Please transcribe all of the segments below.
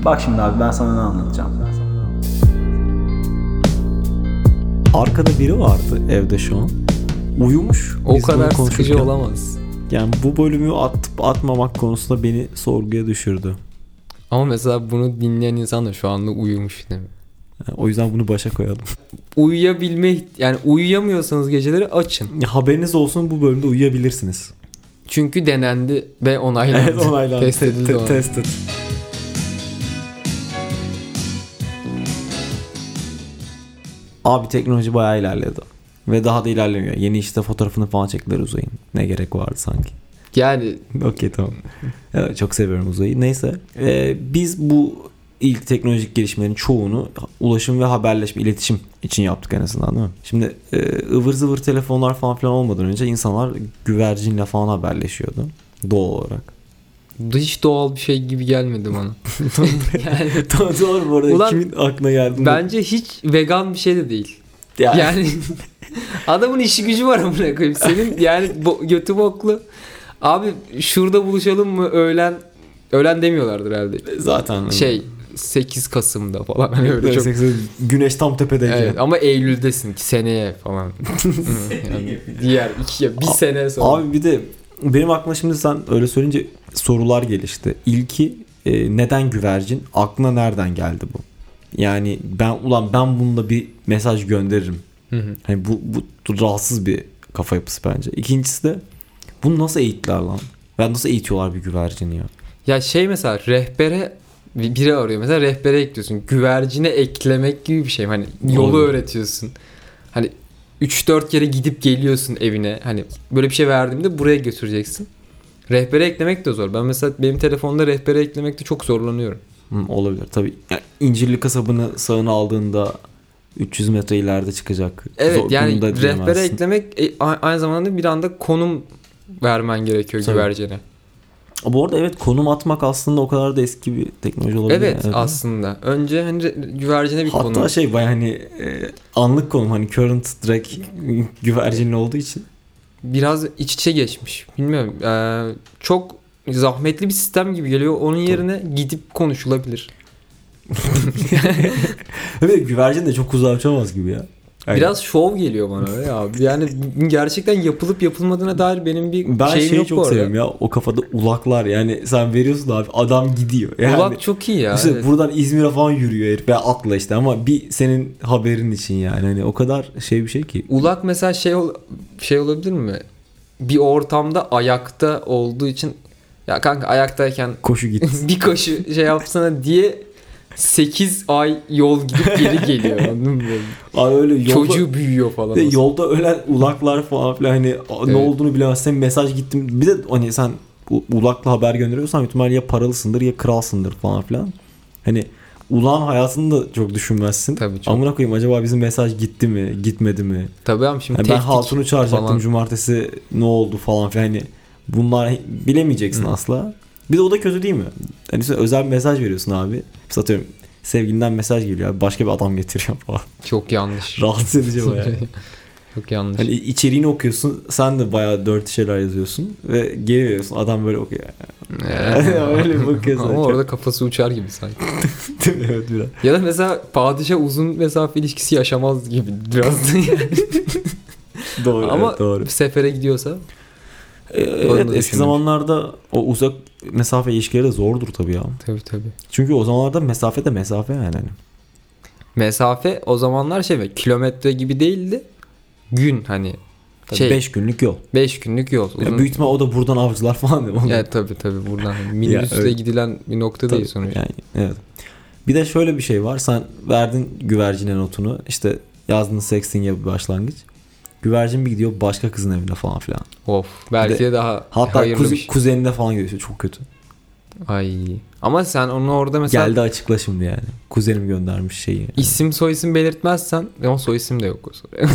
Bak şimdi abi ben sana ne anlatacağım. Arkada biri vardı evde şu an. Uyumuş. O Biz kadar bunu sıkıcı konuşurken. olamaz. Yani bu bölümü atıp atmamak konusunda beni sorguya düşürdü. Ama mesela bunu dinleyen insan da şu anda uyumuş değil mi? Yani o yüzden bunu başa koyalım. Yani uyuyamıyorsanız geceleri açın. Ya haberiniz olsun, bu bölümde uyuyabilirsiniz. Çünkü denendi ve onaylandı. Evet, onaylandı. Test edildi. Tested. Abi teknoloji bayağı ilerledi. Ve daha da ilerlemiyor. Yeni işte fotoğrafını falan çektiler Uzay'ın. Ne gerek vardı sanki. Yani Okey, tamam. Evet, çok seviyorum Uzay'ı. Neyse. Biz bu ilk teknolojik gelişmelerin çoğunu ulaşım ve haberleşme, iletişim için yaptık en azından, değil mi? Şimdi ıvır zıvır telefonlar falan filan olmadan önce insanlar güvercinle falan haberleşiyordu. Doğal olarak. hiç doğal bir şey gibi gelmedi bana. Yani Doğru bu arada. Ulan, kimin aklına geldi? bence hiç vegan bir şey de değil. Yani adamın işi gücü var amına koyayım. Senin yani götü boklu. Abi şurada buluşalım mı öğlen demiyorlardır herhalde. Zaten 8 Kasım'da falan hani öyle çok. Güneş tam tepedeyken. Evet, ama Eylül'desin ki seneye falan. Yani diğer bir sene sonra. Abi bir de benim aklıma şimdi sen öyle söyleyince sorular gelişti. İlki neden güvercin? Aklına nereden geldi bu? Yani ben bununla bir mesaj gönderirim. Hani bu rahatsız bir kafa yapısı bence. İkincisi de bunu nasıl eğittiler lan? Ya nasıl eğitiyorlar bir güvercini ya? Ya mesela rehbere biri arıyor. Mesela rehbere ekliyorsun. Güvercine eklemek gibi bir şey. Hani yolu Doğru. öğretiyorsun. Hani 3-4 kere gidip geliyorsun evine. Hani böyle bir şey verdiğimde buraya götüreceksin. Rehbere eklemek de zor. Ben mesela benim telefonda rehbere eklemekte çok zorlanıyorum. Olabilir tabii. Yani İncirli kasabını sağına aldığında 300 metre ileride çıkacak. Evet, yani bunu da rehbere diyemezsin. eklemek aynı zamanda bir anda konum vermen gerekiyor Tabii. güvercine. Bu arada evet, konum atmak aslında o kadar da eski bir teknoloji olabilir. Evet, aslında. Önce hani güvercine bir konum. Hatta bayağı hani anlık konum, hani current direkt güvercinli olduğu için. Biraz iç içe geçmiş. Bilmiyorum. Çok zahmetli bir sistem gibi geliyor. Onun yerine gidip konuşulabilir. Evet, güvercin de çok uzağa uçamaz gibi ya. Aynen. Biraz şov geliyor bana öyle abi. Yani gerçekten yapılıp yapılmadığına dair benim bir Ben şeyim yok çok bu arada. seviyorum ya, o kafada ulaklar, yani sen veriyorsun abi, adam gidiyor. Yani, Ulak çok iyi ya. işte Evet. buradan İzmir'e falan yürüyor herif veya atla işte, ama bir senin haberin için yani, hani o kadar bir şey ki. Ulak mesela şey olabilir mi? Bir ortamda ayakta olduğu için ya kanka ayaktayken Koşu git. bir koşu yapsana diye 8 ay yol gidip geri geliyor, anladın mı? Abi öyle yolda, Çocuğu büyüyor falan. de yolda ölen ulaklar falan filan, hani ne olduğunu bilemezsen mesaj gittim. Bir de hani sen ulakla haber gönderiyorsan ihtimalle ya paralısındır ya kralsındır falan filan. Hani ulağın hayatını da çok düşünmezsin. Tabii çok. Amına koyayım, acaba bizim mesaj gitti mi gitmedi mi? Tabii ama şimdi Yani ben hatunu çağıracaktım falan. cumartesi, ne oldu falan filan, hani bunlar bilemeyeceksin asla. Bir de o da kötü değil mi? Hani sen özel bir mesaj veriyorsun abi. Satıyorum, sevgilinden mesaj geliyor abi, başka bir adam getiriyor falan. Çok yanlış. Rahatsız edici bayağı. Çok yanlış. Hani içeriğini okuyorsun, sen de bayağı dört şeyler yazıyorsun ve geri veriyorsun, adam böyle okuyor. Öyle bakıyor ama orada kafası uçar gibi sanki. Evet, biraz. Ya da mesela padişah uzun mesafe ilişkisi yaşamaz gibi biraz da yani. Doğru, Ama evet, doğru. sefere gidiyorsa Evet, eski düşündüm. zamanlarda o uzak mesafe ilişkileri de zordur tabii ya. tabii. Çünkü o zamanlarda mesafe de mesafe yani. Hani. Mesafe o zamanlar kilometre gibi değildi. Gün hani 5 günlük yol. 5 günlük yol. Ya büyük ihtimal o da buradan avcılar falan değil mi? Ya tabii buradan minibüsle gidilen bir nokta değil sonuçta. Yani, evet. Bir de şöyle bir şey var. Sen verdin güvercine notunu. İşte yazdın sexting ya bir başlangıç. Güvercin bir gidiyor başka kızın evine falan filan. Of. Belki de daha hatta hayırlı bir şey. kuzenine falan gidiyor. Çok kötü. Ay. Ama sen onu orada mesela Geldi açıkla şimdi yani. Kuzenim göndermiş şeyi. Yani. İsim soyisim belirtmezsen, ama soyisim de yok o soruya.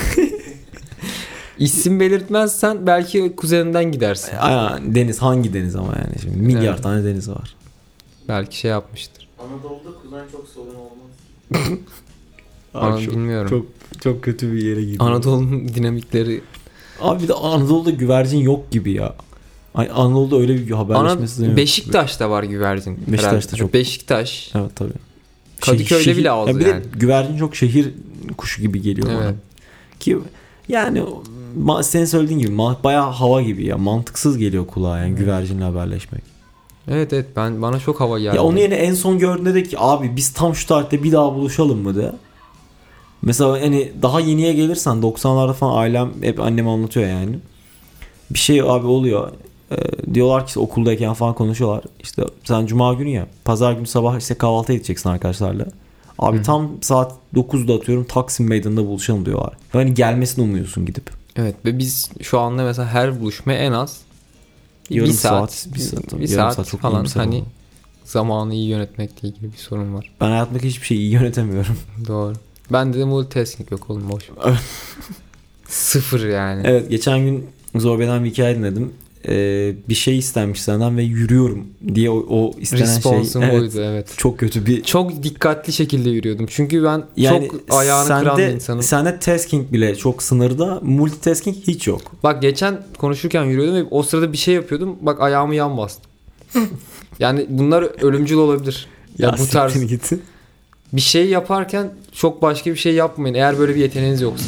İsim belirtmezsen belki kuzeninden gidersin. Deniz, hangi deniz ama yani şimdi milyar Evet. tane deniz var. Belki yapmıştır. Anadolu'da kuzen çok sorun olmaz. Abi bilmiyorum. Çok kötü bir yere gidiyor. Anadolu'nun dinamikleri. Abi bir de Anadolu'da güvercin yok gibi ya. Ay, Anadolu'da öyle bir haberleşmesi yok. Beşiktaş'ta var güvercin. Beşiktaş'ta herhalde. çok. Beşiktaş. Evet tabii. Kadıköy'de bile az ya bir yani. de güvercin çok şehir kuşu gibi geliyor bana. Evet. Ki yani senin söylediğin gibi bayağı hava gibi ya. Mantıksız geliyor kulağa yani güvercinle haberleşmek. Evet bana çok hava geldi. Ya onu yine en son gördüğünde de ki abi biz tam şu tarihte bir daha buluşalım mı de. Mesela hani daha yeniye gelirsen 90'larda falan ailem hep annem anlatıyor yani. Bir şey abi oluyor. Diyorlar ki işte okuldayken falan konuşuyorlar. İşte sen cuma günü ya pazar günü sabah işte kahvaltıya gideceksin arkadaşlarla. Abi tam saat 9'da atıyorum Taksim Meydanı'nda buluşalım diyorlar. Yani gelmesini umuyorsun gidip. Evet ve biz şu anda mesela her buluşmaya en az Yarım bir saat bir saat çok falan iyimser hani oldu. zamanı iyi yönetmekle ilgili bir sorun var. Ben hayatımdaki hiçbir şeyi iyi yönetemiyorum. Doğru. Bende de multitasking yok oğlum boş. Sıfır yani. Evet geçen gün Zorbe'den bir hikaye dinledim. Bir şey istenmiş senden ve yürüyorum diye o istenen Responsum şey. buydu evet. Çok kötü bir... Çok dikkatli şekilde yürüyordum. Çünkü ben Yani çok ayağını kıran bir insanım. Sende tasking bile çok sınırda. Multitasking hiç yok. Bak geçen konuşurken yürüyordum ve o sırada bir şey yapıyordum. Bak ayağımı yan bastım. Yani bunlar ölümcül olabilir. Ya bu tarz gitti. bir şey yaparken çok başka bir şey yapmayın. Eğer böyle bir yeteneğiniz yoksa.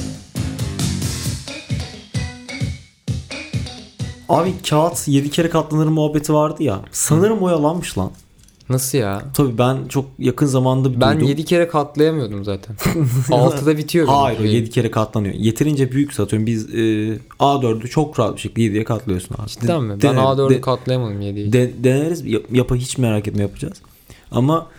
Abi kağıt 7 kere katlanır muhabbeti vardı ya. Sanırım o yalanmış lan. Nasıl ya? Tabii ben çok yakın zamanda Ben duydum. 7 kere katlayamıyordum zaten. 6'da bitiyor benim. Hayır o 7 kere katlanıyor. Yeterince büyük satıyorum. Biz A4'ü çok rahat bir şekilde 7'ye katlıyorsun abi. Cidden mi? Ben A4'ü katlayamadım 7'yi. Deneriz. Hiç merak etme yapacağız. Ama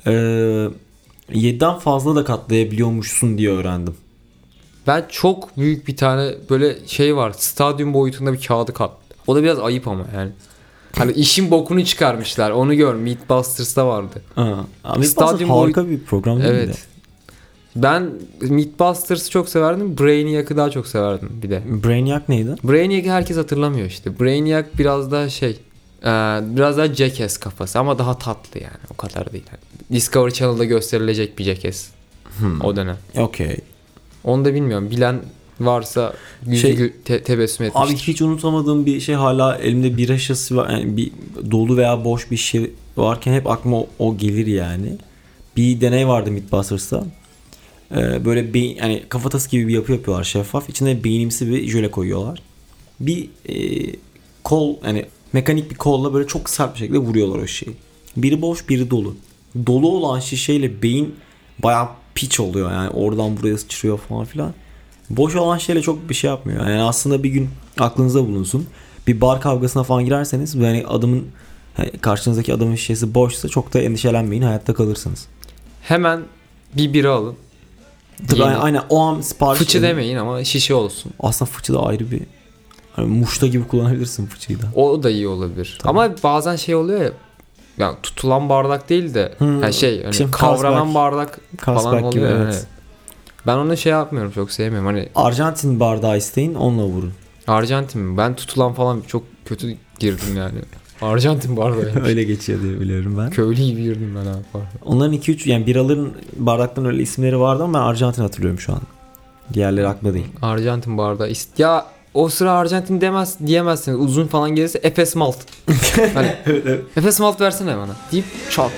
7'den fazla da katlayabiliyormuşsun diye öğrendim. Ben çok büyük bir tane böyle şey var. Stadyum boyutunda bir kağıdı kat. O da biraz ayıp ama yani. Hani işin bokunu çıkarmışlar. Onu gör. Mythbusters'ta vardı. Stadyum harika bir program değil mi? Evet. Ben Mythbusters'ı çok severdim. Brainiac'ı daha çok severdim bir de. Brainiac neydi? Brainiac'ı herkes hatırlamıyor işte. Brainiac biraz daha biraz daha Jackass kafası ama daha tatlı yani. O kadar değil. Yani Discovery Channel'da gösterilecek bir Jackass. O dönem. Okey. Onu da bilmiyorum. Bilen varsa yüzü tebessüm etmiştir. Abi hiç unutamadığım bir şey hala elimde bira şişesi var. Yani bir dolu veya boş bir şey varken hep aklıma o gelir yani. Bir deney vardı Mythbusters'ta. Böyle yani kafatası gibi bir yapı yapıyorlar şeffaf. İçine beynimsi bir jöle koyuyorlar. Bir kol yani mekanik bir kolla böyle çok sert bir şekilde vuruyorlar o şişeyi. Biri boş biri dolu. Dolu olan şişeyle beyin bayağı piç oluyor yani oradan buraya sıçrıyor falan filan. Boş olan şeyle çok bir şey yapmıyor. Yani aslında bir gün aklınızda bulunsun. Bir bar kavgasına falan girerseniz yani karşınızdaki adamın şişesi boşsa çok da endişelenmeyin, hayatta kalırsınız. Hemen bir bira alın. Tabii aynen o an sipariş fıçı demeyin ama şişe olsun. Aslında fıçı da ayrı bir muşta gibi kullanabilirsin fıçıyı da. O da iyi olabilir. Tabii. Ama bazen şey oluyor ya. Yani tutulan bardak değil de hani kavranan bardak falan oluyor. Gibi, evet. Evet. Ben onu yapmıyorum, çok sevmiyorum. Hani Arjantin bardağı isteyin, onunla vurun. Arjantin mi? Ben tutulan falan çok kötü girdim yani. Arjantin bardağı. Öyle geçiyor diye biliyorum ben. Köylü gibi girdim ben abi. Onların 2-3 yani biraların bardakların öyle isimleri vardı ama ben Arjantin hatırlıyorum şu an. Diğerleri aklımda değil. Arjantin bardağı. Ya o sıra Arjantin diyemezsiniz. Uzun falan gelirse Efes Malt. Hani, evet. Efes Malt versene bana. Deyip çat.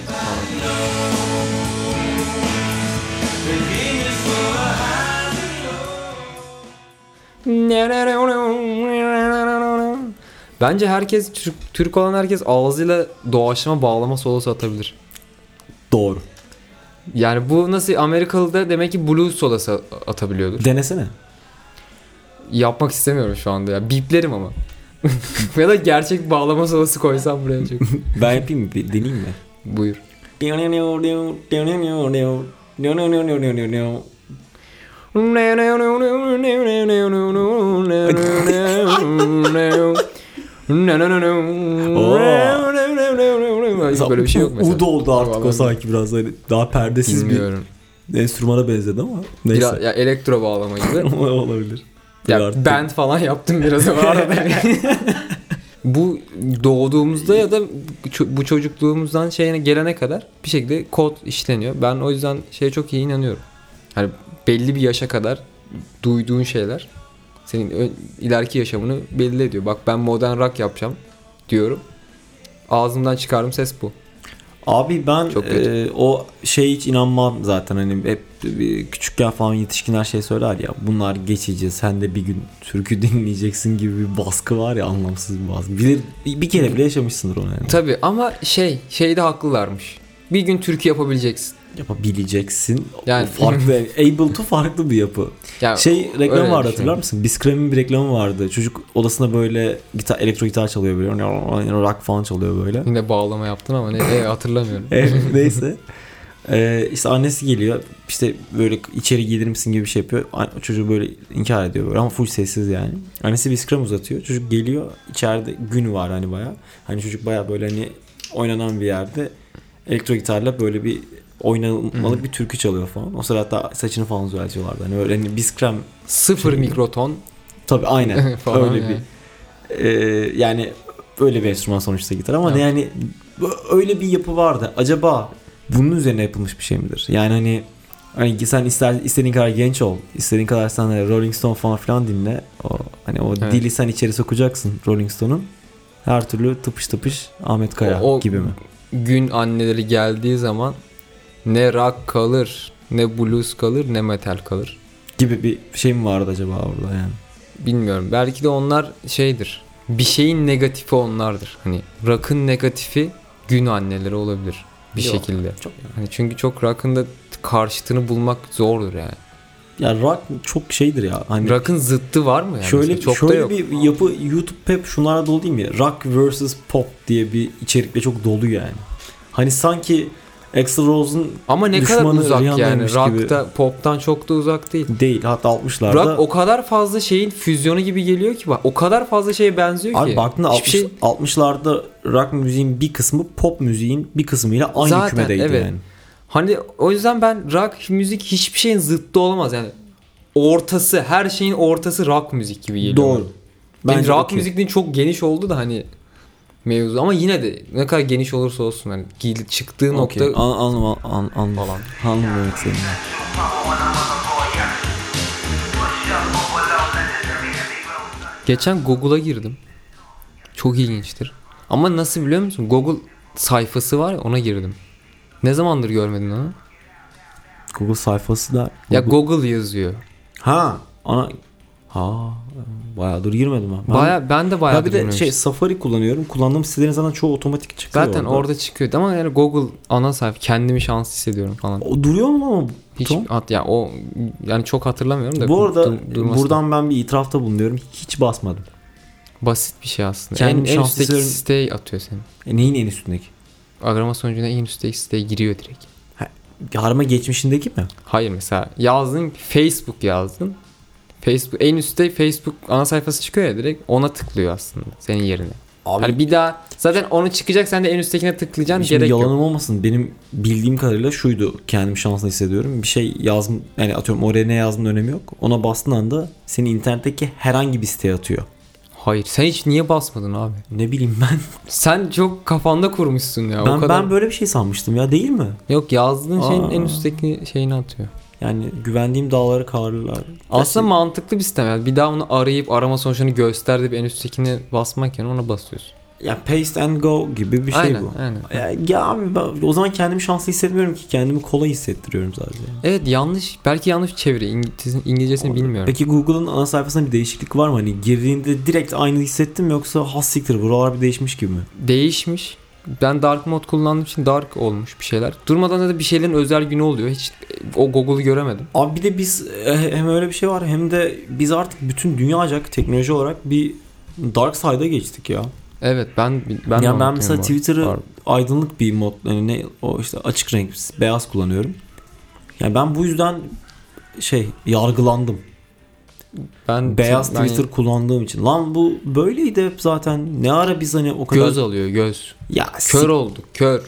Bence herkes Türk olan herkes ağzıyla doğaçlama bağlama solosu atabilir. Doğru. Yani bu nasıl Amerikalı da demek ki blues solosu atabiliyordur. Denesene. Yapmak istemiyorum şu anda ya. Biplerim ama. Ya da gerçek bağlama solosu koysam buraya çok. Ben yapayım mı? Deneyeyim mi? Buyur. Böyle bir şey yok mesela. Ud oldu artık o sanki biraz daha perdesiz bilmiyorum. Bir enstrümana benzedi ama neyse. Ya elektro bağlama gibi. Olabilir. Ya band falan yaptım biraz o arada. Bu doğduğumuzda ya da bu çocukluğumuzdan gelene kadar bir şekilde kod işleniyor. Ben o yüzden çok iyi inanıyorum. Hani belli bir yaşa kadar duyduğun şeyler senin ileriki yaşamını belli ediyor. Bak ben modern rock yapacağım. diyorum. Ağzımdan çıkardım ses bu. Abi ben Çok kötü. o şey hiç inanmam zaten, hani hep küçükken falan yetişkinler şey söyler ya, bunlar geçici, sen de bir gün türkü dinleyeceksin gibi bir baskı var ya, anlamsız bir baskı. Bir kere bile yaşamışsındır onu yani. Tabii ama şeyde haklılarmış. Bir gün türkü yapabileceksin. Yapabileceksin. Yani- Farklı, able to farklı bir yapı. Yani Şey reklamı öyle vardı, hatırlar düşünüyorum. mısın? Biskrem'in bir reklamı vardı. Çocuk odasında böyle elektro gitar çalıyor böyle. Rock falan çalıyor böyle. Yine bağlama yaptın ama hatırlamıyorum. Neyse. İşte annesi geliyor. İşte böyle içeri gelir misin gibi bir şey yapıyor. Çocuğu böyle inkar ediyor böyle ama full sessiz yani. Annesi biskrem uzatıyor. Çocuk geliyor. İçeride gün var hani bayağı. Hani çocuk bayağı böyle hani oynanan bir yerde elektro gitarla böyle bir oynanmalık bir türkü çalıyor falan. O sırada hatta saçını falan düzeltiyorlardı. Hani öyle hani biskrem 0 mikroton tabii aynen falan öyle yani. bir yani öyle bir enstrüman sonuçta gitar ama Evet. yani öyle bir yapı vardı. Acaba bunun üzerine yapılmış bir şey midir? Yani hani sen istediğin kadar genç ol, istediğin kadar sen de Rolling Stone falan filan dinle. Hani o Evet. dili sen içeri sokacaksın Rolling Stone'un. Her türlü tıpış tıpış Ahmet Kaya O gibi mi? gün anneleri geldiği zaman ne rock kalır, ne blues kalır, ne metal kalır. Gibi bir şey mi vardı acaba orada yani? Bilmiyorum. Belki de onlar şeydir. Bir şeyin negatifi onlardır. Hani rock'ın negatifi gün anneleri olabilir bir Yok, şekilde. çok Hani çünkü çok rock'ın da karşıtını bulmak zordur yani. ya rock çok şeydir ya. Hani Rock'ın zıttı var mı yani? şöyle Mesela? Çok da yok. bir yapı, YouTube hep şunlara dolu değil mi? Rock vs pop diye bir içerikle çok dolu yani. Hani sanki Axl Rose'un Ama ne kadar düşmanı uzak yani. Rihanna'ymış gibi. Rock'ta pop'tan çok da uzak değil. Değil. Hatta 60'larda. Rock o kadar fazla şeyin füzyonu gibi geliyor ki bak. O kadar fazla şeye benziyor Abi ki. baktığında Hiçbir şey 60'larda rock müziğin bir kısmı pop müziğin bir kısmıyla aynı Zaten, kümedeydi evet. yani. Hani o yüzden ben rock müzik hiçbir şeyin zıttı olamaz yani. Ortası, her şeyin ortası rock müzik gibi geliyor. Doğru. Benim Bence rock okey. müziğin çok geniş oldu da hani mevzu ama yine de ne kadar geniş olursa olsun hani çıktığı nokta Okey. Anladım falan. Anladım demek istediğini. Geçen Google'a girdim. Çok ilginçtir. Ama nasıl biliyor musun? Google sayfası var ya, ona girdim. Ne zamandır görmedin onu? Google sayfası da Ya Google yazıyor. ha bayağıdır girmedim ben. Ben de bayağı Ya bir de şey Safari kullanıyorum. Kullandığım sitelerin zaten çoğu otomatik çıkıyor. zaten orada çıkıyor ama yani Google ana sayfa, kendimi şanslı hissediyorum falan. O duruyor mu ama Hiç buton? ya o yani çok hatırlamıyorum da. Bu arada durması buradan ben bir itirafta bulunuyorum. Hiç basmadım. basit bir şey aslında. Kendimi En şanslı üstteki hissediyorum. siteye atıyor seni. Neyin en üstündeki? Arama sonucunda en üstteki siteye giriyor direkt. Arama geçmişindeki mi? Hayır, mesela yazdın, Facebook yazdın. Facebook en üstte Facebook ana sayfası çıkıyor ya, direkt ona tıklıyor aslında senin yerine. Abi Hani bir daha zaten onu çıkacak, sen de en üsttekine tıklayacaksın, şimdi gerek yalanım yok. olmasın. Benim bildiğim kadarıyla şuydu. Kendimi şanslı hissediyorum. Bir şey yazdım. Yani atıyorum oraya ne yazdığının önemi yok. Ona bastığın anda seni internetteki herhangi bir siteye atıyor. Hayır, sen hiç niye basmadın abi? Ne bileyim ben. Sen çok kafanda kurmuşsun ya. O kadar. Ben böyle bir şey sanmıştım ya, değil mi? Yok, yazdığın şeyin Aa. en üstteki şeyini atıyor. Yani güvendiğim dağları karlılar. Aslında mantıklı bir sistem. Yani bir daha onu arayıp arama sonuçlarını göster deyip en üsttekine basmak yerine ona basıyorsun. Ya paste and go gibi bir şey Aynen, bu. aynen. Ya abi ben o zaman kendimi şanslı hissetmiyorum ki, kendimi kolay hissettiriyorum sadece. Evet, belki yanlış çeviri. İngilizcesini bilmiyorum. Peki Google'ın ana sayfasında bir değişiklik var mı? Hani girdiğinde direkt aynı hissettin mi, yoksa has siktir buralar bir değişmiş gibi mi? Değişmiş. Ben dark mode kullandığım için dark olmuş bir şeyler. Durmadan da bir şeylerin özel günü oluyor. Hiç o Google'u göremedim. Abi bir de biz hem öyle bir şey var, hem de biz artık bütün dünyaca teknoloji olarak bir dark side'a geçtik ya. Evet, ben Ya ben mesela Twitter'ı Var. aydınlık bir mod, yani ne o işte açık renk beyaz kullanıyorum. Yani ben bu yüzden yargılandım. Beyaz Twitter kullandığım için. Lan bu böyleydi hep zaten. Ne ara biz hani o kadar Göz alıyor, göz. ya Kör olduk, kör.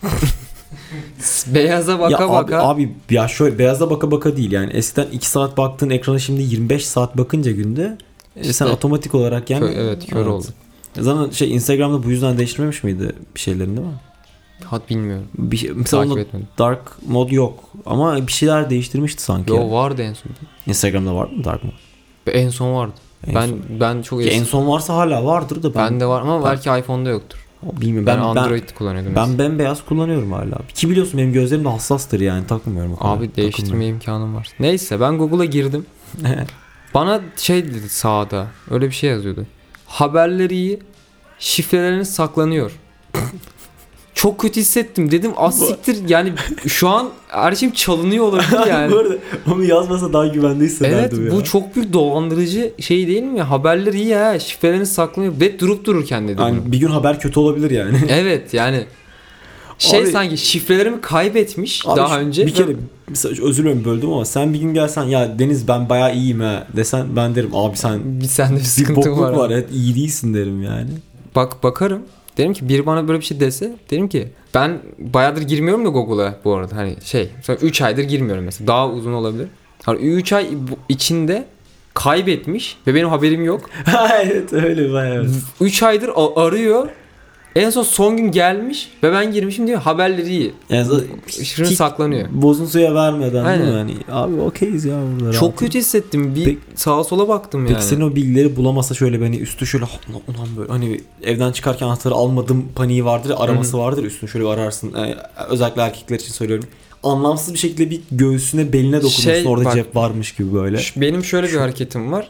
Beyaza baka ya baka. abi ya şöyle beyaza baka baka değil yani. Eskiden 2 saat baktığın ekrana şimdi 25 saat bakınca günde sen İşte, otomatik olarak yani kör olduk. Zaten Instagram'da bu yüzden değiştirmemiş miydi bir şeylerin, değil mi? Bilmiyorum. Mesela Takip onda etmedim. dark mod yok ama bir şeyler değiştirmişti sanki. Yo, vardı en son. Instagram'da var mı dark mod? En son vardı. Ben çok En son varsa hala vardır da bende var ama belki iPhone'da yoktur. Bilmiyorum. Ben Android kullanıyordum. Ben bembeyaz kullanıyorum hala. Ki biliyorsun benim gözlerim de hassastır yani, takmıyorum o kadar. Abi değiştirme imkanım var. Neyse ben Google'a girdim. Bana şey dedi sağda. Öyle bir şey yazıyordu. Haberleri iyi. Şifreleriniz saklanıyor. Çok kötü hissettim. Dedim siktir yani şu an her şeyim çalınıyor olabilir yani. Bu arada onu yazmasa daha güvende hissederdim evet, ya. bu çok büyük dolandırıcı şey değil mi? Haberler iyi ya. Şifreleriniz saklanıyor. Ve durup dururken dedi Yani bunu. bir gün haber kötü olabilir yani. Evet yani. Abi, sanki şifrelerimi kaybetmiş abi daha önce. Bir kere mesela, özür dilerim böldüm ama sen bir gün gelsen ya Deniz ben bayağı iyiyim ha desen, ben derim abi sen bir sende bir bir sıkıntı bokluk var. abi. Evet, iyi değilsin derim yani. Bakarım. Derim ki biri bana böyle bir şey dese, derim ki ben bayağıdır girmiyorum da Google'a bu arada. Hani mesela 3 aydır girmiyorum mesela. Daha uzun olabilir. Hani 3 ay içinde kaybetmiş ve benim haberim yok. Evet öyle bayağı. 3 aydır arıyor. En son gün gelmiş ve ben girmişim diyor haberleri iyi. Yani Şifreni saklanıyor. Bozun suya vermeden Aynen. değil mi? Yani, abi okeyiz ya burada. Çok rahatım. kötü hissettim. Bir sağa sola baktım yani. Peki senin o bilgileri bulamasa şöyle beni üstü şöyle ulan böyle hani evden çıkarken anahtarı almadım paniği vardır, araması vardır, üstünü şöyle bir ararsın. Özellikle erkekler için söylüyorum. Anlamsız bir şekilde bir göğsüne beline dokunursun, orada bak, cep varmış gibi böyle. Benim şöyle bir hareketim var.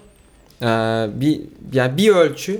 Bir ölçü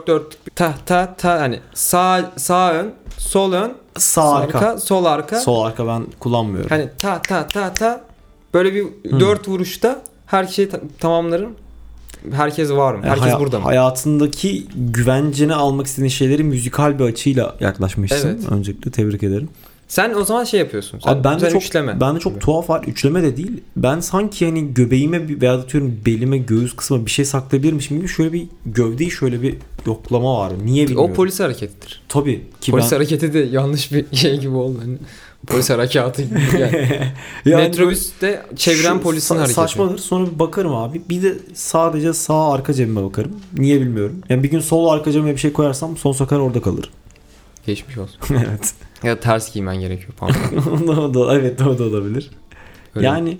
4 hani sağ ön, sol ön, Sağ arka. sol arka. Sol arka ben kullanmıyorum. Hani ta böyle bir 4 vuruşta her şeyi tamamlarım. Herkes var mı? Herkes burada mı? Hayatındaki güvenceni almak istediğin şeyleri müzikal bir açıyla yaklaşmışsın. Evet. Öncelikle tebrik ederim. Sen o zaman şey yapıyorsun. Abi ben de çok üçleme. Ben de çok tuhaf var. Üçleme de değil. Ben sanki hani göbeğime veya atıyorum belime, göğüs kısmına bir şey saklayabilirmişim gibi şöyle bir gövdeyi şöyle bir yoklama var. Niye bilmiyorum. O polis hareketidir. Tabii ki polis hareketi de yanlış bir şey gibi oldu. Hani polis harekatı gibi. Yani. Metrobüste çeviren polisin hareketi. Saçmadır. Sonra bir bakarım abi. Bir de sadece sağ arka cebime bakarım. Niye bilmiyorum. Yani bir gün sol arka cebime bir şey koyarsam sonsuza kadar orada kalır. Geçmiş olsun. Evet. Ya ters giymen gerekiyor falan. Evet o da olabilir. Öyle. Yani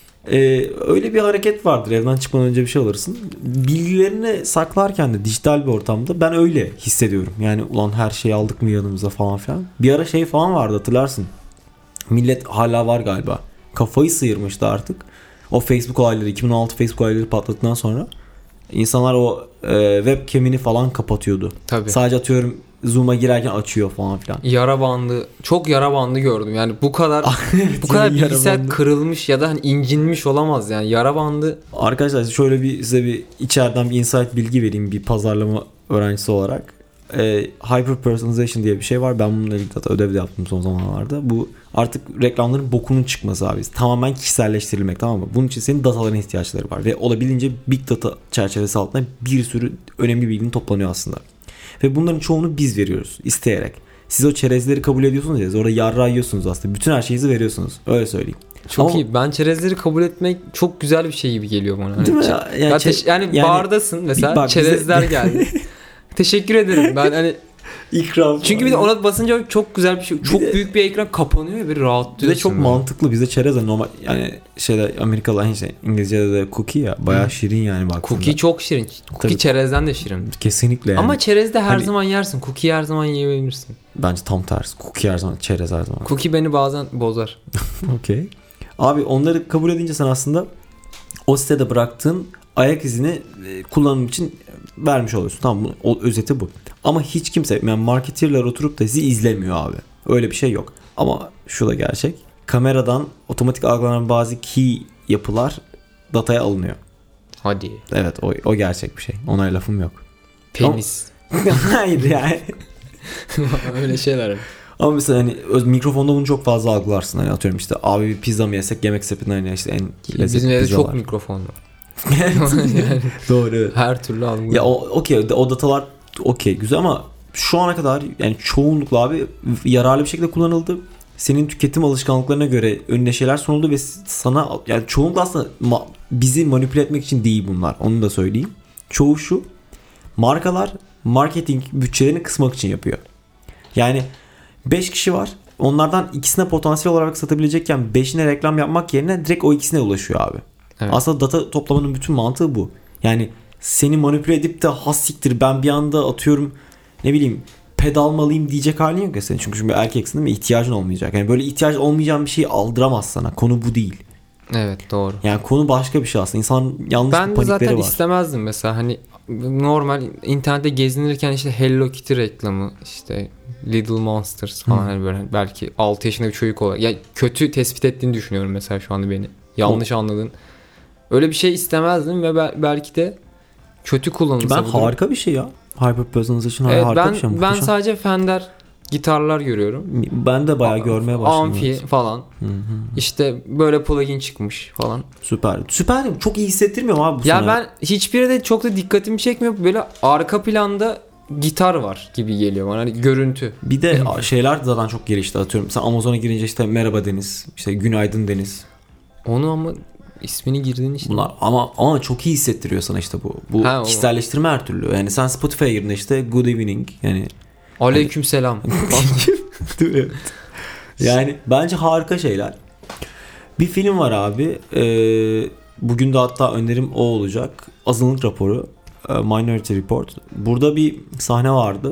öyle bir hareket vardır. Evden çıkmadan önce bir şey alırsın. Bilgilerini saklarken de dijital bir ortamda ben öyle hissediyorum. Yani ulan her şeyi aldık mı yanımıza falan filan. Bir ara şey falan vardı, hatırlarsın. Millet hala var galiba. Kafayı sıyırmıştı artık. O Facebook olayları, 2016 Facebook olayları patladıktan sonra insanlar o webcam'ini falan kapatıyordu. Tabii. Sadece atıyorum Zoom'a girerken açıyor falan filan. Yara bandı, çok yara bandı gördüm. Yani bu kadar bilgisayar kırılmış ya da hani incinmiş olamaz yani. Yara bandı. Arkadaşlar şöyle size bir içeriden bir insight bilgi vereyim bir pazarlama öğrencisi olarak. Hyper personalization diye bir şey var. Ben bununla ilgili zaten ödev de yaptım son zamanlarda. Bu artık reklamların bokunun çıkması abi. Tamamen kişiselleştirilmek, tamam mı? Bunun için senin dataların ihtiyaçları var. Ve olabildiğince big data çerçevesi altında bir sürü önemli bilginin toplanıyor aslında. Ve bunların çoğunu biz veriyoruz isteyerek. Siz o çerezleri kabul ediyorsunuz ya. Orada yarrağı yiyorsunuz aslında. Bütün her şeyinizi veriyorsunuz. Öyle söyleyeyim. Çok iyi. Ben çerezleri kabul etmek çok güzel bir şey gibi geliyor bana. Değil mi? Yani bardasın mesela. Bak, çerezler geldi. Teşekkür ederim. Ben hani İkram. çünkü bir de ona basınca çok güzel bir şey. Çok büyük bir ekran kapanıyor ya, bir rahatlıyorsun. Bir de çok mantıklı. Bizde çerez normal yani Amerikalı İngilizce'de de cookie ya. Bayağı şirin yani baktığında. Cookie çok şirin. Cookie Tabii. çerezden de şirin. Kesinlikle yani. Ama çerezde her Hani- zaman yersin. Cookie her zaman yiyebilirsin. Bence tam tersi. Cookie her zaman, çerez her zaman. Cookie beni bazen bozar. Okey. Abi onları kabul edince sen aslında o sitede bıraktığın ayak izini kullanım için vermiş oluyorsun. Tamam mı? O özeti bu. Ama hiç kimse, yani marketerler oturup da sizi izlemiyor abi. Öyle bir şey yok. Ama şu da gerçek. Kameradan otomatik algılanan bazı key yapılar dataya alınıyor. Hadi. Evet, o gerçek bir şey. Ona lafım yok. Penis. Hayır yani. Öyle şeyler. Ama mesela hani mikrofonda bunu çok fazla algılarsın. Hani atıyorum işte abi bir pizza mı yesek, yemek sepetinden hani işte en lezzetli Bizim evde pizzalar. çok mikrofon var. Yani, doğru. Evet. Her türlü algılıyor. Ya okey, o datalar okey güzel ama şu ana kadar yani çoğunlukla abi yararlı bir şekilde kullanıldı. Senin tüketim alışkanlıklarına göre önüne şeyler sunuldu ve sana yani çoğunlukla aslında bizi manipüle etmek için değil bunlar. Onu da söyleyeyim. Çoğu şu: markalar marketing bütçelerini kısmak için yapıyor. Yani 5 kişi var. Onlardan ikisine potansiyel olarak satabilecekken 5'ine reklam yapmak yerine direkt o ikisine ulaşıyor abi. Evet. Aslında data toplamanın bütün mantığı bu. Yani seni manipüle edip de has siktir ben bir anda atıyorum ne bileyim ped almalıyım diyecek halin yok ya senin. Çünkü erkeksin değil mi? İhtiyacın olmayacak. Yani böyle ihtiyaç olmayacağın bir şeyi aldıramaz sana. Konu bu değil. Evet, doğru. Yani konu başka bir şey aslında. İnsan yanlış Ben bir de panikleri zaten var. istemezdim mesela, hani normal internette gezinirken işte Hello Kitty reklamı, işte Little Monsters falan, hani böyle belki 6 yaşında bir çocuk olarak ya kötü tespit ettiğini düşünüyorum mesela şu anda beni. Yanlış anladın. Öyle bir şey istemezdim ve belki de kötü kullanılsa. Ben harika bir şey ya. Hyper personalization evet, harika bir şey. Ben sadece Fender gitarlar görüyorum. Ben de bayağı görmeye başladım. Amfi falan. Hı. İşte böyle plugin çıkmış falan. Süper. Süper. Çok iyi hissettirmiyor abi bu Ya sana. ben hiçbiri de çok da dikkatimi çekmiyor. Böyle arka planda gitar var gibi geliyor bana. Hani görüntü. Bir de şeyler de zaten çok gelişti. Atıyorum sen Amazon'a girince işte merhaba Deniz, işte günaydın Deniz. Onu ama ismini girdin işte. Bunlar ama çok iyi hissettiriyor sana işte bu. Bu kişiselleştirme her türlü. Yani sen Spotify'a girdiğinde işte good evening yani Aleykümselam. evet. Yani bence harika şeyler. Bir film var abi. Bugün de hatta önerim o olacak. Azınlık Raporu. Minority Report. Burada bir sahne vardı.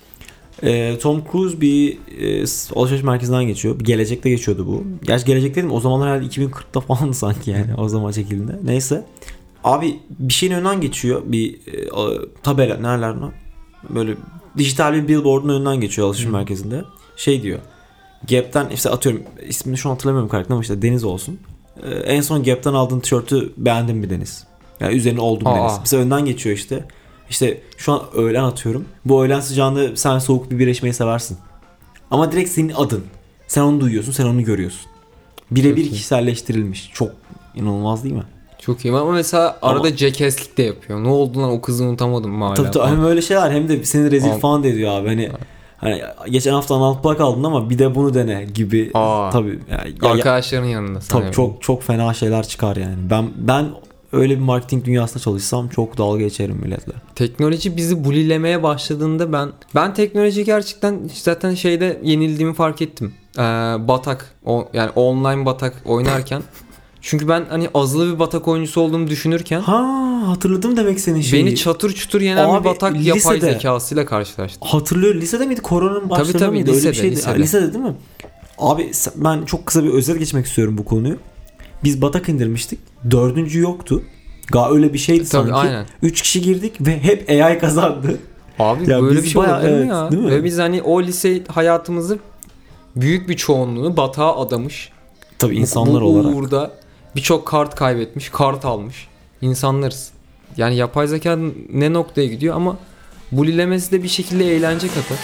Tom Cruise bir alışveriş merkezinden geçiyor. Bir gelecekte geçiyordu bu. Gerçi gelecek dedim, o zamanlar herhalde 2040'ta falandı sanki yani. O zaman çekildiğinde. Neyse. Abi bir şeyin önünden geçiyor. Bir tabela. Nereler lan? Böyle dijital bir billboard'un önünden geçiyor alışveriş merkezinde. Şey diyor. Gap'ten işte atıyorum ismini şu an hatırlamıyorum karakter ama işte Deniz olsun. En son Gap'ten aldığın tişörtü beğendin mi Deniz? Yani üzerine oldum Deniz. Mesela önden geçiyor işte. İşte şu an öğlen atıyorum. Bu öğlen sıcağında sen soğuk bir bira içmeyi seversin. Ama direkt senin adın. Sen onu duyuyorsun, sen onu görüyorsun. Birebir kişiselleştirilmiş. Çok inanılmaz değil mi? Çok iyi ama mesela arada jackass'lik de yapıyor. Ne oldu lan, o kızı unutamadım mı hala? Tabii hem öyle şeyler hem de seni rezil falan da ediyor abi. Hani geçen hafta analog plak aldın ama bir de bunu dene gibi. Tabii. Arkadaşların yanında. Tabii çok fena şeyler çıkar yani. Ben öyle bir marketing dünyasında çalışsam çok dalga geçerim milletle. Teknoloji bizi bulilemeye başladığında ben teknoloji gerçekten zaten şeyde yenildiğimi fark ettim. Batak yani online batak oynarken. Çünkü ben hani azılı bir batak oyuncusu olduğumu düşünürken hatırladım demek senin şeyi. Beni çatır çutur yenen bir batak yapay zekasıyla karşılaştım. Hatırlıyorum, lisede miydi? Koronanın başlarında mıydı? Lisede, öyle bir şeydi. Lisede değil mi? Abi ben çok kısa bir özet geçmek istiyorum bu konuyu. Biz batak indirmiştik. 4. yoktu. Öyle bir şeydi sanki. Aynen. 3 kişi girdik ve hep AI kazandı. Abi ya böyle bir şey olabilir mi ya? Değil mi? Ve biz hani o lise hayatımızı büyük bir çoğunluğunu batağa adamış. Tabii insanlar olarak. Uğurda birçok kart kaybetmiş, kart almış insanlarız. Yani yapay zeka ne noktaya gidiyor ama bulilemesi de bir şekilde eğlence katar.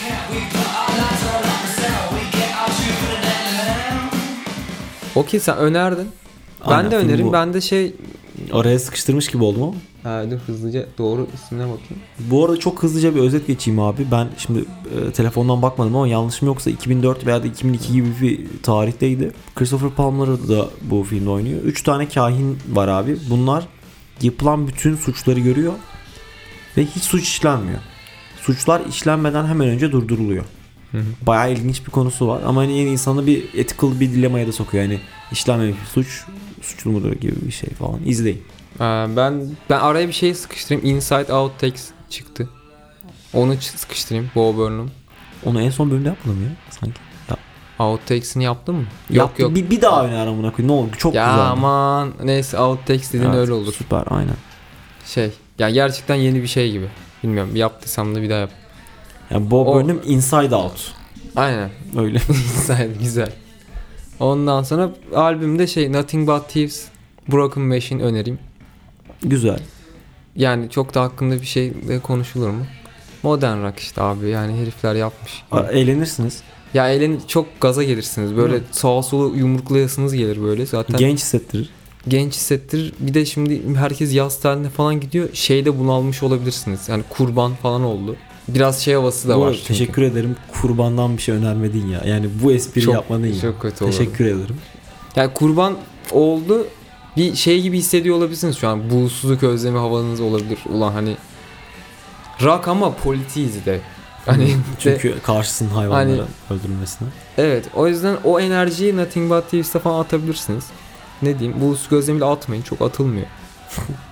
Okey, sen önerdin. Ben de önerim. Ben de oraya sıkıştırmış gibi oldum ama. Dur hızlıca doğru ismine bakayım. Bu arada çok hızlıca bir özet geçeyim abi. Ben şimdi telefondan bakmadım ama yanlışım yoksa 2004 veya da 2002 gibi bir tarihteydi. Christopher Plummer da bu filmde oynuyor. 3 tane kahin var abi. Bunlar yapılan bütün suçları görüyor ve hiç suç işlenmiyor. Suçlar işlenmeden hemen önce durduruluyor. Bayağı ilginç bir konusu var ama hani insanı bir ethical bir dilemaya da sokuyor. Yani işlenmemiş bir suçlu mudur gibi bir şey falan. İzleyin. Ben araya bir şey sıkıştırayım. Inside Out Takes çıktı. Onu sıkıştırayım. Bo Burnham. Onu en son bölümde yapmadım ya sanki. Outtakes'ini yaptın mı? Yok. Bir daha oynar amına koyayım. Ne oldu? Çok güzel. Ya aman neyse, Outtakes dediğin öyle olur. Süper aynen. Ya gerçekten yeni bir şey gibi. Bilmiyorum, yaptıysam da bir daha yap. Yani Bo Burnham Inside Out. Aynen. Öyle. Inside güzel. Ondan sonra albümde Nothing But Thieves, Broken Machine önereyim. Güzel. Yani çok da hakkında bir şey de konuşulur mu? Modern rock işte abi, yani herifler yapmış. Eğlenirsiniz. Ya çok gaza gelirsiniz. Böyle sağa sola yumruklayasınız gelir böyle zaten. Genç hissettirir. Genç hissettirir. Bir de şimdi herkes yaz tatiline falan gidiyor. Şeyde bunalmış olabilirsiniz. Yani kurban falan oldu. Biraz havası da var çünkü. Teşekkür ederim. Kurbandan bir şey önermedin ya. Yani bu espriyi yapmadın ya. Çok kötü oldu. Teşekkür ederim. Yani kurban oldu. Bir şey gibi hissediyor olabilirsiniz şu an. Buğsuzluk özlemi havanız olabilir. Ulan hani rock ama politiyiz de. Hani çünkü karşısın hayvanların öldürülmesine. Evet, o yüzden o enerjiyi Nothing But Thieves'te falan atabilirsiniz. Ne diyeyim? Buğsuzluk özlemiyle atmayın. Çok atılmıyor.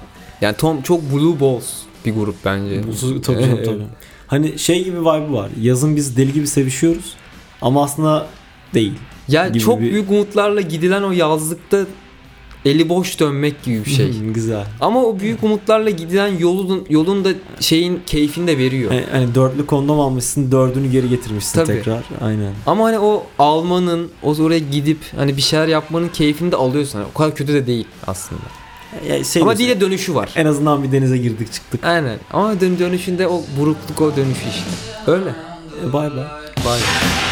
Yani Tom çok blue balls bir grup bence. Tabii canım, tabii. Hani şey gibi vibe var. Yazın biz deli gibi sevişiyoruz ama aslında değil. Ya çok büyük umutlarla gidilen o yazlıkta eli boş dönmek gibi bir şey. Güzel. Ama o büyük umutlarla gidilen yolun da şeyin keyfini de veriyor. Hani dörtlü kondom almışsın, dördünü geri getirmişsin Tabii. tekrar. Aynen. Ama hani o almanın, oraya gidip hani bir şeyler yapmanın keyfini de alıyorsun. Yani o kadar kötü de değil aslında. Ama bir de dönüşü var. En azından bir denize girdik çıktık. Aynen. Ama dönüşünde o burukluk, o dönüşü işte. Öyle. Bay bay. Bye.